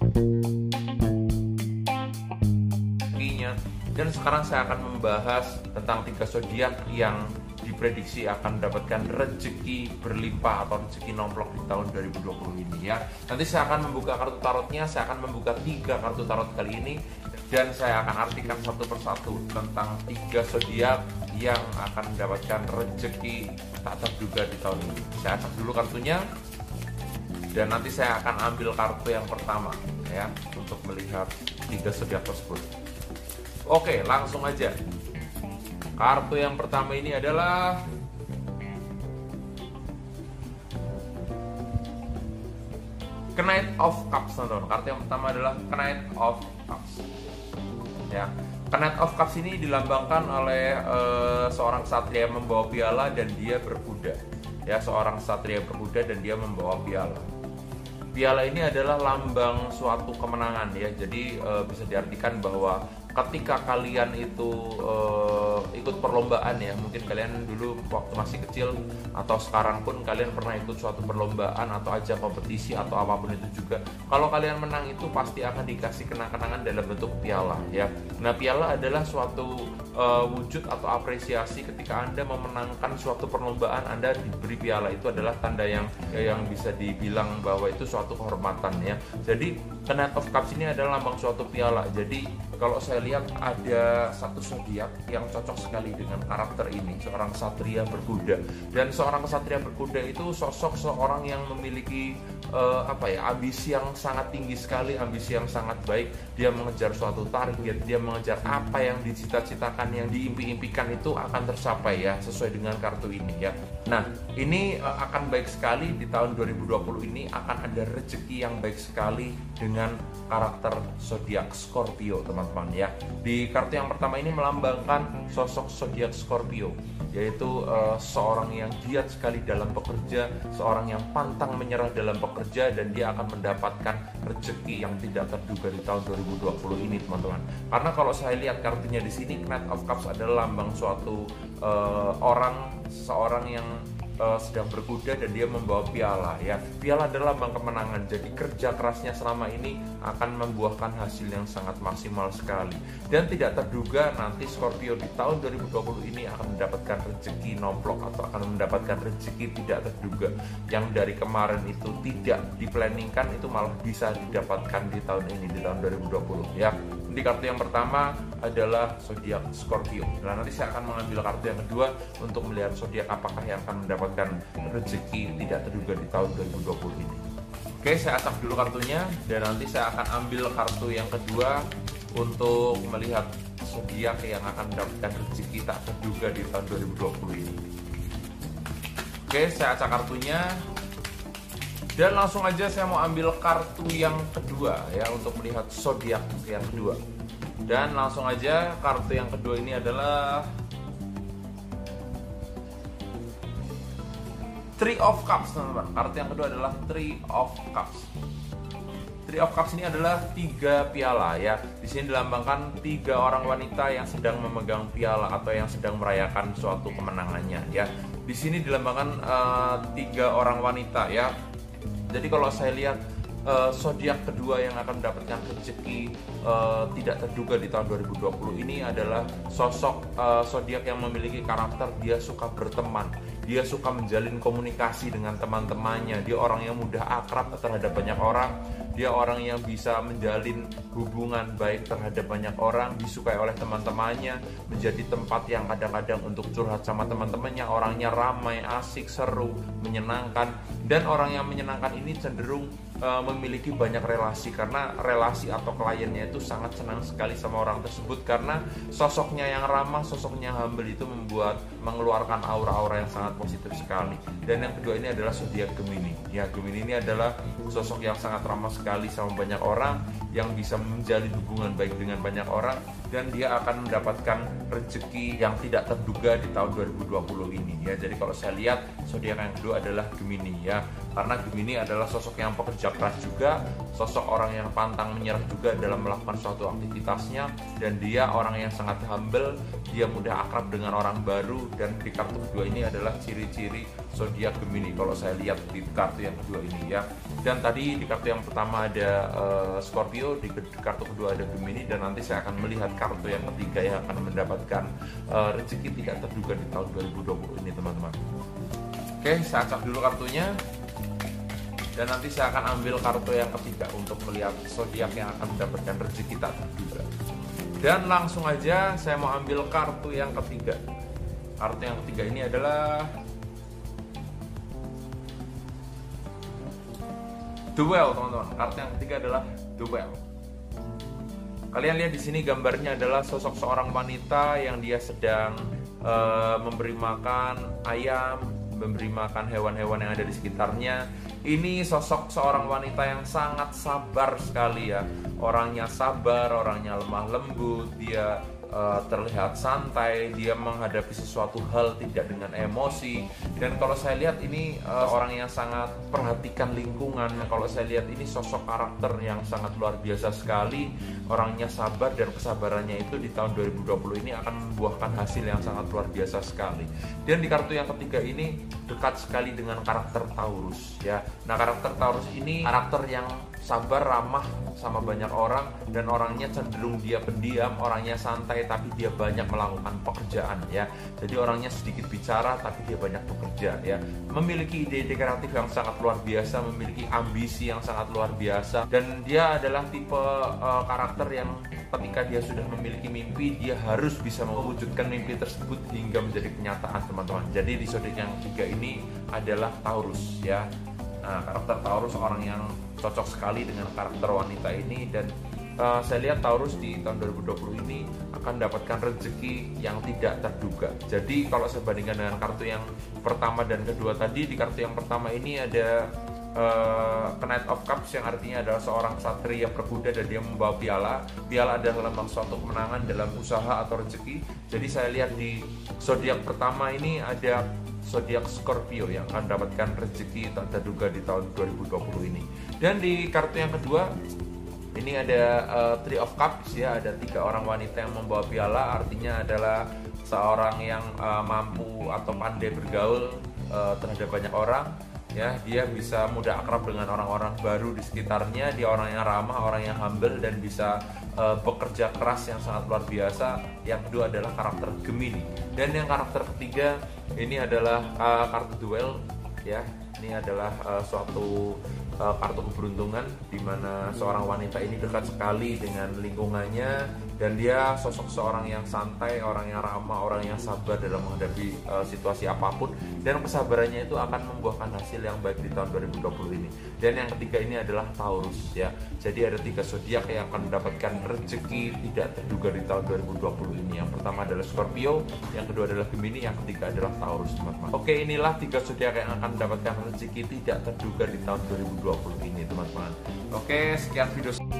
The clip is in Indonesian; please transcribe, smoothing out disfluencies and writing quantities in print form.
Dan sekarang saya akan membahas tentang 3 zodiak yang diprediksi akan mendapatkan rezeki berlimpah atau rezeki nomplok di tahun 2020 ini ya. Nanti saya akan membuka kartu tarotnya, saya akan membuka 3 kartu tarot kali ini dan saya akan artikan satu persatu tentang 3 zodiak yang akan mendapatkan rezeki tak terduga di tahun ini. Saya acak dulu kartunya dan nanti saya akan ambil kartu yang pertama ya untuk melihat 3 zodiak tersebut. Oke, langsung aja. Kartu yang pertama ini adalah Knight of Cups, teman-teman. Kartu yang pertama adalah Knight of Cups. Ya, Knight of Cups ini dilambangkan oleh seorang ksatria yang membawa piala dan dia berkuda. Ya, seorang ksatria berkuda dan dia membawa piala. Piala ini adalah lambang suatu kemenangan ya. Jadi bisa diartikan bahwa ketika kalian itu ikut perlombaan ya, mungkin kalian dulu waktu masih kecil atau sekarang pun kalian pernah ikut suatu perlombaan atau ajang kompetisi atau apapun itu juga. Kalau kalian menang itu pasti akan dikasih kenang-kenangan dalam bentuk piala ya. Nah, piala adalah suatu wujud atau apresiasi ketika Anda memenangkan suatu perlombaan, Anda diberi piala. Itu adalah tanda yang bisa dibilang bahwa itu suatu kehormatan ya. Jadi Knight of Cups ini adalah lambang suatu piala. Jadi kalau saya lihat ada satu zodiak yang cocok sekali dengan karakter ini, seorang ksatria berkuda. Dan seorang ksatria berkuda itu sosok seorang yang memiliki ambisi yang sangat tinggi sekali, ambisi yang sangat baik. Dia mengejar suatu target, dia mengejar apa yang dicita-citakan, yang diimpi-impikan itu akan tercapai ya, sesuai dengan kartu ini ya. Nah, ini akan baik sekali di tahun 2020 ini, akan ada rezeki yang baik sekali dengan karakter zodiak Scorpio, teman-teman ya. Di kartu yang pertama ini melambangkan sosok zodiak Scorpio, yaitu seorang yang giat sekali dalam bekerja, seorang yang pantang menyerah dalam bekerja, dan dia akan mendapatkan rezeki yang tidak terduga di tahun 2020 ini, teman-teman. Karena kalau saya lihat kartunya di sini, Knight of Cups adalah lambang suatu seorang yang sedang berkuda dan dia membawa piala ya. Piala adalah lambang kemenangan. Jadi kerja kerasnya selama ini akan membuahkan hasil yang sangat maksimal sekali. Dan tidak terduga nanti Scorpio di tahun 2020 ini akan mendapatkan rezeki nomplok atau akan mendapatkan rezeki tidak terduga yang dari kemarin itu tidak diplanningkan, itu malah bisa didapatkan di tahun ini, di tahun 2020 ya. Di kartu yang pertama adalah zodiak Scorpio. Nah, nanti saya akan mengambil kartu yang kedua untuk melihat zodiak apakah yang akan mendapatkan rezeki tidak terduga di tahun 2020 ini. Oke, saya acak dulu kartunya dan nanti saya akan ambil kartu yang kedua untuk melihat zodiak yang akan mendapatkan rezeki tak terduga di tahun 2020 ini. Oke, saya acak kartunya. Dan langsung aja saya mau ambil kartu yang kedua ya untuk melihat zodiak yang kedua. Dan langsung aja kartu yang kedua ini adalah Three of Cups, teman-teman. Kartu yang kedua adalah Three of Cups. Three of Cups ini adalah 3 piala ya. Di sini dilambangkan 3 orang wanita yang sedang memegang piala atau yang sedang merayakan suatu kemenangannya ya. Di sini dilambangkan 3 orang wanita ya. Jadi kalau saya lihat zodiak kedua yang akan mendapatkan rezeki tidak terduga di tahun 2020 ini adalah sosok zodiak yang memiliki karakter dia suka berteman, dia suka menjalin komunikasi dengan teman-temannya, dia orang yang mudah akrab terhadap banyak orang, dia orang yang bisa menjalin hubungan baik terhadap banyak orang, disukai oleh teman-temannya, menjadi tempat yang kadang-kadang untuk curhat sama teman-temannya, orangnya ramai, asik, seru, menyenangkan. Dan orang yang menyenangkan ini cenderung memiliki banyak relasi, karena relasi atau kliennya itu sangat senang sekali sama orang tersebut, karena sosoknya yang ramah, sosoknya humble itu mengeluarkan aura-aura yang sangat positif sekali. Dan yang kedua ini adalah zodiak Gemini ya. Gemini ini adalah sosok yang sangat ramah sekali sama banyak orang, yang bisa menjalin hubungan baik dengan banyak orang, dan dia akan mendapatkan rezeki yang tidak terduga di tahun 2020 ini ya. Jadi kalau saya lihat zodiak yang kedua adalah Gemini ya. karena Gemini adalah sosok yang pekerja keras juga, sosok orang yang pantang menyerah juga dalam melakukan suatu aktivitasnya, dan dia orang yang sangat humble, dia mudah akrab dengan orang baru. Dan di kartu kedua ini adalah ciri-ciri zodiak Gemini kalau saya lihat di kartu yang kedua ini ya. Dan tadi di kartu yang pertama ada Scorpio, di kartu kedua ada Gemini, dan nanti saya akan melihat kartu yang ketiga yang akan mendapatkan rezeki tidak terduga di tahun 2020 ini teman-teman. Oke, saya acak dulu kartunya. Dan nanti saya akan ambil kartu yang ketiga untuk melihat zodiak yang akan mendapatkan rezeki tak terduga. Dan langsung aja saya mau ambil kartu yang ketiga. Kartu yang ketiga ini adalah Duel, teman-teman. Kartu yang ketiga adalah Duel. Kalian lihat di sini gambarnya adalah sosok seorang wanita yang dia sedang memberi makan ayam, memberi makan hewan-hewan yang ada di sekitarnya. Ini sosok seorang wanita yang sangat sabar sekali ya. Orangnya sabar, orangnya lemah lembut, dia terlihat santai, dia menghadapi sesuatu hal tidak dengan emosi. Dan kalau saya lihat ini orang yang sangat perhatikan lingkungan. Kalau saya lihat ini sosok karakter yang sangat luar biasa sekali. Orangnya sabar, dan kesabarannya itu di tahun 2020 ini akan membuahkan hasil yang sangat luar biasa sekali. Dan di kartu yang ketiga ini dekat sekali dengan karakter Taurus ya. Nah, karakter Taurus ini karakter yang sabar, ramah sama banyak orang, dan orangnya cenderung dia pendiam, orangnya santai tapi dia banyak melakukan pekerjaan ya. Jadi orangnya sedikit bicara tapi dia banyak bekerja ya. Memiliki ide-ide kreatif yang sangat luar biasa, memiliki ambisi yang sangat luar biasa, dan dia adalah tipe karakter yang ketika dia sudah memiliki mimpi, dia harus bisa mewujudkan mimpi tersebut hingga menjadi kenyataan, teman-teman. Jadi di zodiak yang ketiga ini adalah Taurus ya. Nah, karakter Taurus orang yang cocok sekali dengan karakter wanita ini, dan saya lihat Taurus di tahun 2020 ini akan mendapatkan rezeki yang tidak terduga. Jadi kalau saya bandingkan dengan kartu yang pertama dan kedua tadi, di kartu yang pertama ini ada Knight of Cups yang artinya adalah seorang satria berkuda dan dia membawa piala. Piala adalah lambang suatu kemenangan dalam usaha atau rezeki. Jadi saya lihat di zodiak pertama ini ada zodiak Scorpio yang akan mendapatkan rezeki tak terduga di tahun 2020 ini. Dan di kartu yang kedua ini ada Three of Cups ya, ada 3 orang wanita yang membawa piala, artinya adalah seorang yang mampu atau pandai bergaul terhadap banyak orang ya. Dia bisa mudah akrab dengan orang-orang baru di sekitarnya, dia orang yang ramah, orang yang humble, dan bisa bekerja keras yang sangat luar biasa. Yang kedua adalah karakter Gemini. Dan yang karakter ketiga ini adalah kartu Duel ya. Ini adalah suatu kartu keberuntungan di mana seorang wanita ini dekat sekali dengan lingkungannya, dan dia sosok seorang yang santai, orang yang ramah, orang yang sabar dalam menghadapi situasi apapun, dan kesabarannya itu akan membuahkan hasil yang baik di tahun 2020 ini. Dan yang ketiga ini adalah Taurus ya. Jadi ada 3 zodiak yang akan mendapatkan rezeki tidak terduga di tahun 2020 ini. Yang pertama adalah Scorpio, yang kedua adalah Gemini, yang ketiga adalah Taurus, teman-teman. Oke, inilah 3 zodiak yang akan mendapatkan rezeki tidak terduga di tahun 2020 ini, teman-teman. Oke, sekian video